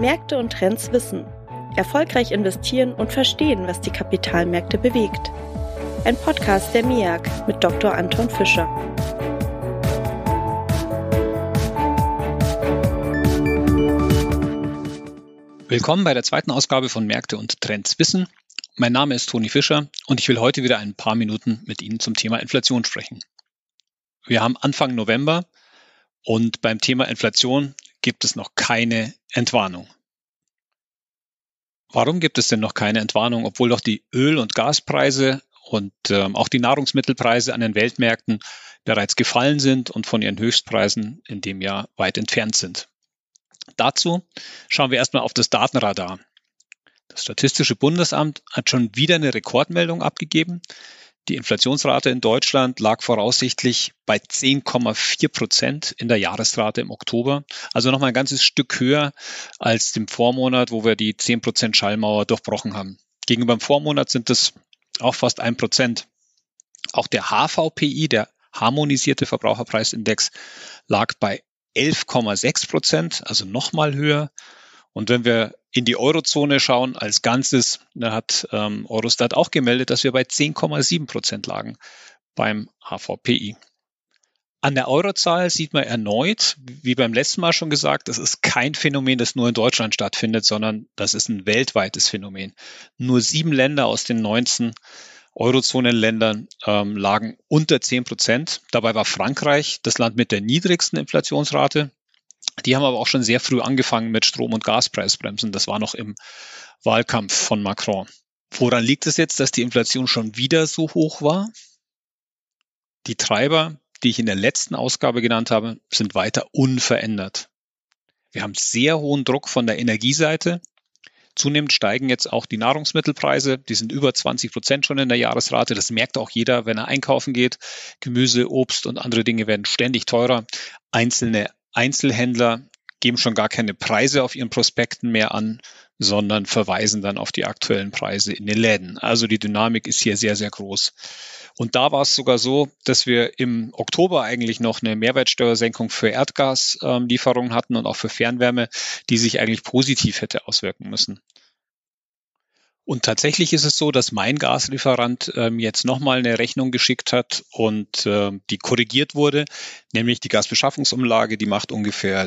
Märkte und Trends wissen. Erfolgreich investieren und verstehen, was die Kapitalmärkte bewegt. Ein Podcast der MEAG mit Dr. Anton Fischer. Willkommen bei der zweiten Ausgabe von Märkte und Trends wissen. Mein Name ist Toni Fischer und ich will heute wieder ein paar Minuten mit Ihnen zum Thema Inflation sprechen. Wir haben Anfang November und beim Thema Inflation gibt es noch keine Entwarnung. Warum gibt es denn noch keine Entwarnung, obwohl doch die Öl- und Gaspreise und auch die Nahrungsmittelpreise an den Weltmärkten bereits gefallen sind und von ihren Höchstpreisen in dem Jahr weit entfernt sind? Dazu schauen wir erstmal auf das Datenradar. Das Statistische Bundesamt hat schon wieder eine Rekordmeldung abgegeben. Die Inflationsrate in Deutschland lag voraussichtlich bei 10,4% in der Jahresrate im Oktober. Also nochmal ein ganzes Stück höher als dem Vormonat, wo wir die 10% Schallmauer durchbrochen haben. Gegenüber dem Vormonat sind es auch fast 1%. Auch der HVPI, der harmonisierte Verbraucherpreisindex, lag bei 11,6%, also nochmal höher. Und wenn wir in die Eurozone schauen als Ganzes, da hat Eurostat auch gemeldet, dass wir bei 10,7% lagen beim HVPI. An der Eurozahl sieht man erneut, wie beim letzten Mal schon gesagt, das ist kein Phänomen, das nur in Deutschland stattfindet, sondern das ist ein weltweites Phänomen. Nur 7 Länder aus den 19 Eurozonenländern lagen unter 10%. Dabei war Frankreich das Land mit der niedrigsten Inflationsrate. Die haben aber auch schon sehr früh angefangen mit Strom- und Gaspreisbremsen. Das war noch im Wahlkampf von Macron. Woran liegt es jetzt, dass die Inflation schon wieder so hoch war? Die Treiber, die ich in der letzten Ausgabe genannt habe, sind weiter unverändert. Wir haben sehr hohen Druck von der Energieseite. Zunehmend steigen jetzt auch die Nahrungsmittelpreise. Die sind über 20% schon in der Jahresrate. Das merkt auch jeder, wenn er einkaufen geht. Gemüse, Obst und andere Dinge werden ständig teurer. Einzelne Einzelhändler geben schon gar keine Preise auf ihren Prospekten mehr an, sondern verweisen dann auf die aktuellen Preise in den Läden. Also die Dynamik ist hier sehr, sehr groß. Und da war es sogar so, dass wir im Oktober eigentlich noch eine Mehrwertsteuersenkung für Erdgaslieferungen hatten und auch für Fernwärme, die sich eigentlich positiv hätte auswirken müssen. Und tatsächlich ist es so, dass mein Gaslieferant jetzt nochmal eine Rechnung geschickt hat und die korrigiert wurde, nämlich die Gasbeschaffungsumlage, die macht ungefähr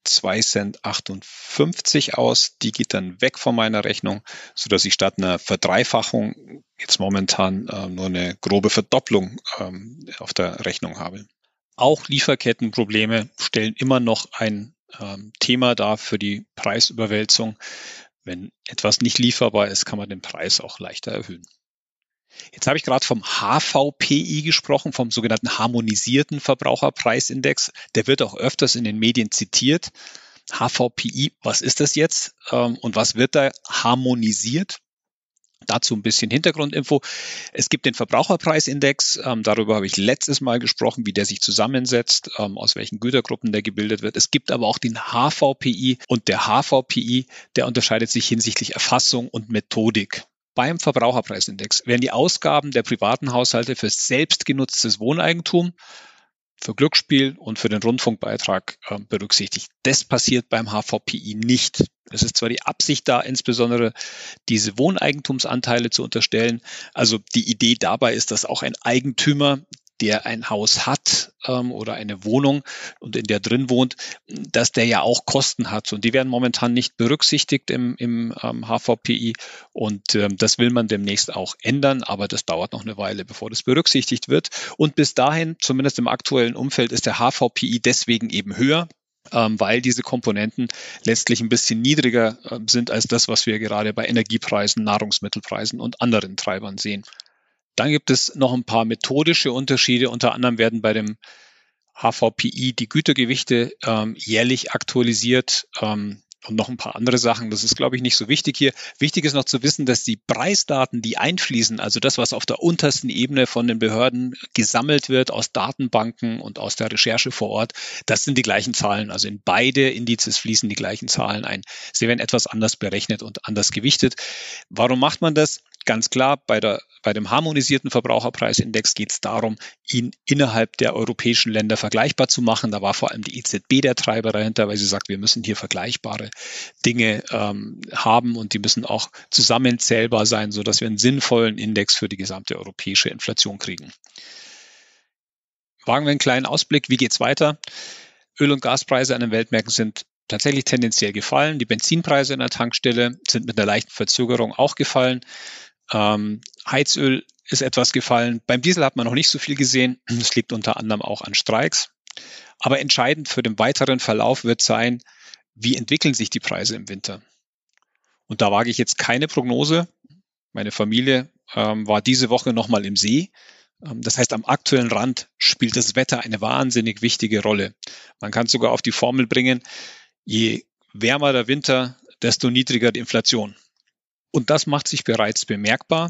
2,58 Cent aus. Die geht dann weg von meiner Rechnung, sodass ich statt einer Verdreifachung jetzt momentan nur eine grobe Verdopplung auf der Rechnung habe. Auch Lieferkettenprobleme stellen immer noch ein Thema dar für die Preisüberwälzung. Wenn etwas nicht lieferbar ist, kann man den Preis auch leichter erhöhen. Jetzt habe ich gerade vom HVPI gesprochen, vom sogenannten harmonisierten Verbraucherpreisindex. Der wird auch öfters in den Medien zitiert. HVPI, was ist das jetzt und was wird da harmonisiert? Dazu ein bisschen Hintergrundinfo. Es gibt den Verbraucherpreisindex, darüber habe ich letztes Mal gesprochen, wie der sich zusammensetzt, aus welchen Gütergruppen der gebildet wird. Es gibt aber auch den HVPI und der HVPI, der unterscheidet sich hinsichtlich Erfassung und Methodik. Beim Verbraucherpreisindex werden die Ausgaben der privaten Haushalte für selbstgenutztes Wohneigentum, für Glücksspiel und für den Rundfunkbeitrag berücksichtigt. Das passiert beim HVPI nicht. Es ist zwar die Absicht da, insbesondere diese Wohneigentumsanteile zu unterstellen. Also die Idee dabei ist, dass auch ein Eigentümer, der ein Haus hat oder eine Wohnung und in der drin wohnt, dass der ja auch Kosten hat. Und die werden momentan nicht berücksichtigt im HVPI. Und das will man demnächst auch ändern. Aber das dauert noch eine Weile, bevor das berücksichtigt wird. Und bis dahin, zumindest im aktuellen Umfeld, ist der HVPI deswegen eben höher, weil diese Komponenten letztlich ein bisschen niedriger sind als das, was wir gerade bei Energiepreisen, Nahrungsmittelpreisen und anderen Treibern sehen. Dann gibt es noch ein paar methodische Unterschiede. Unter anderem werden bei dem HVPI die Gütergewichte jährlich aktualisiert und noch ein paar andere Sachen. Das ist, glaube ich, nicht so wichtig hier. Wichtig ist noch zu wissen, dass die Preisdaten, die einfließen, also das, was auf der untersten Ebene von den Behörden gesammelt wird, aus Datenbanken und aus der Recherche vor Ort, das sind die gleichen Zahlen. Also in beide Indizes fließen die gleichen Zahlen ein. Sie werden etwas anders berechnet und anders gewichtet. Warum macht man das? ganz klar, bei dem harmonisierten Verbraucherpreisindex geht es darum, ihn innerhalb der europäischen Länder vergleichbar zu machen. Da war vor allem die EZB der Treiber dahinter, weil sie sagt, wir müssen hier vergleichbare Dinge haben und die müssen auch zusammenzählbar sein, sodass wir einen sinnvollen Index für die gesamte europäische Inflation kriegen. Wagen wir einen kleinen Ausblick, wie geht's weiter? Öl- und Gaspreise an den Weltmärkten sind tatsächlich tendenziell gefallen. Die Benzinpreise in der Tankstelle sind mit einer leichten Verzögerung auch gefallen. Heizöl ist etwas gefallen. Beim Diesel hat man noch nicht so viel gesehen. Das liegt unter anderem auch an Streiks. Aber entscheidend für den weiteren Verlauf wird sein, wie entwickeln sich die Preise im Winter? Und da wage ich jetzt keine Prognose. Meine Familie war diese Woche nochmal im See. Das heißt, am aktuellen Rand spielt das Wetter eine wahnsinnig wichtige Rolle. Man kann sogar auf die Formel bringen, je wärmer der Winter, desto niedriger die Inflation. Und das macht sich bereits bemerkbar.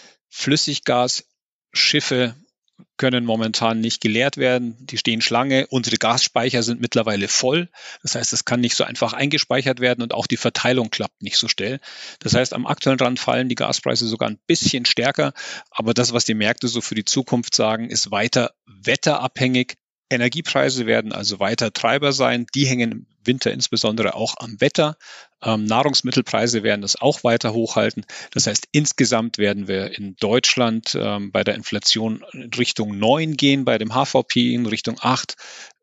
Flüssiggasschiffe können momentan nicht geleert werden. Die stehen Schlange. Unsere Gasspeicher sind mittlerweile voll. Das heißt, es kann nicht so einfach eingespeichert werden und auch die Verteilung klappt nicht so schnell. Das heißt, am aktuellen Rand fallen die Gaspreise sogar ein bisschen stärker. Aber das, was die Märkte so für die Zukunft sagen, ist weiter wetterabhängig. Energiepreise werden also weiter Treiber sein. Die hängen im Winter insbesondere auch am Wetter. Nahrungsmittelpreise werden das auch weiter hochhalten. Das heißt, insgesamt werden wir in Deutschland bei der Inflation in Richtung 9 gehen, bei dem HVPI in Richtung 8,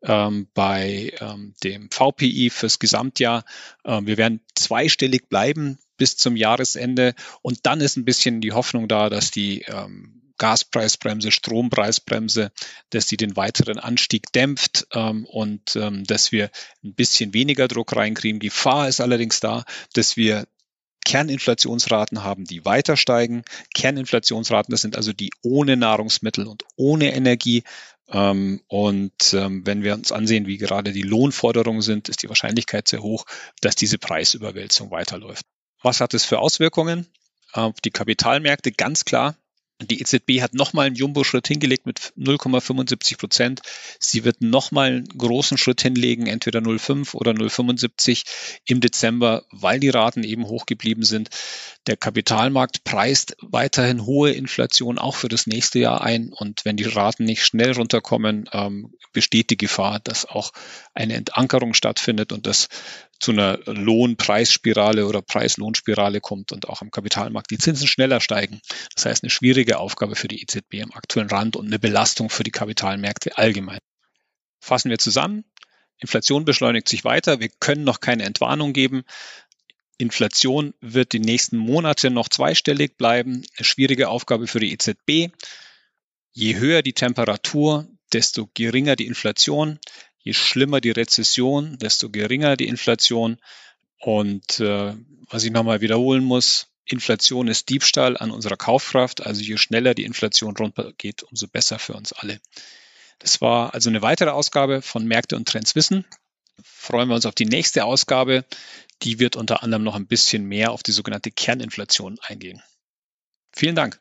bei dem VPI fürs Gesamtjahr. Wir werden zweistellig bleiben bis zum Jahresende. Und dann ist ein bisschen die Hoffnung da, dass die Gaspreisbremse, Strompreisbremse, dass die den weiteren Anstieg dämpft und dass wir ein bisschen weniger Druck reinkriegen. Gefahr ist allerdings da, dass wir Kerninflationsraten haben, die weiter steigen. Kerninflationsraten, das sind also die ohne Nahrungsmittel und ohne Energie. Wenn wir uns ansehen, wie gerade die Lohnforderungen sind, ist die Wahrscheinlichkeit sehr hoch, dass diese Preisüberwälzung weiterläuft. Was hat es für Auswirkungen auf die Kapitalmärkte? Ganz klar. Die EZB hat nochmal einen Jumbo-Schritt hingelegt mit 0,75%. Sie wird nochmal einen großen Schritt hinlegen, entweder 0,5 oder 0,75 im Dezember, weil die Raten eben hoch geblieben sind. Der Kapitalmarkt preist weiterhin hohe Inflation auch für das nächste Jahr ein. Und wenn die Raten nicht schnell runterkommen, besteht die Gefahr, dass auch eine Entankerung stattfindet und dass zu einer Lohnpreisspirale oder Preis-Lohn-Spirale kommt und auch am Kapitalmarkt die Zinsen schneller steigen. Das heißt, eine schwierige Aufgabe für die EZB am aktuellen Rand und eine Belastung für die Kapitalmärkte allgemein. Fassen wir zusammen. Inflation beschleunigt sich weiter. Wir können noch keine Entwarnung geben. Inflation wird die nächsten Monate noch zweistellig bleiben. Eine schwierige Aufgabe für die EZB. Je höher die Temperatur, desto geringer die Inflation. Je schlimmer die Rezession, desto geringer die Inflation. Und was ich nochmal wiederholen muss, Inflation ist Diebstahl an unserer Kaufkraft. Also je schneller die Inflation runtergeht, umso besser für uns alle. Das war also eine weitere Ausgabe von Märkte und Trends Wissen. Freuen wir uns auf die nächste Ausgabe. Die wird unter anderem noch ein bisschen mehr auf die sogenannte Kerninflation eingehen. Vielen Dank.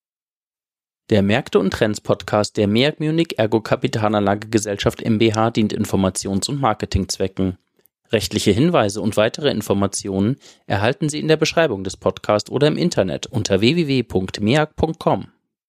Der Märkte und Trends Podcast der MEAG Munich Ergo Kapitalanlagegesellschaft mbH dient Informations- und Marketingzwecken. Rechtliche Hinweise und weitere Informationen erhalten Sie in der Beschreibung des Podcasts oder im Internet unter www.meag.com.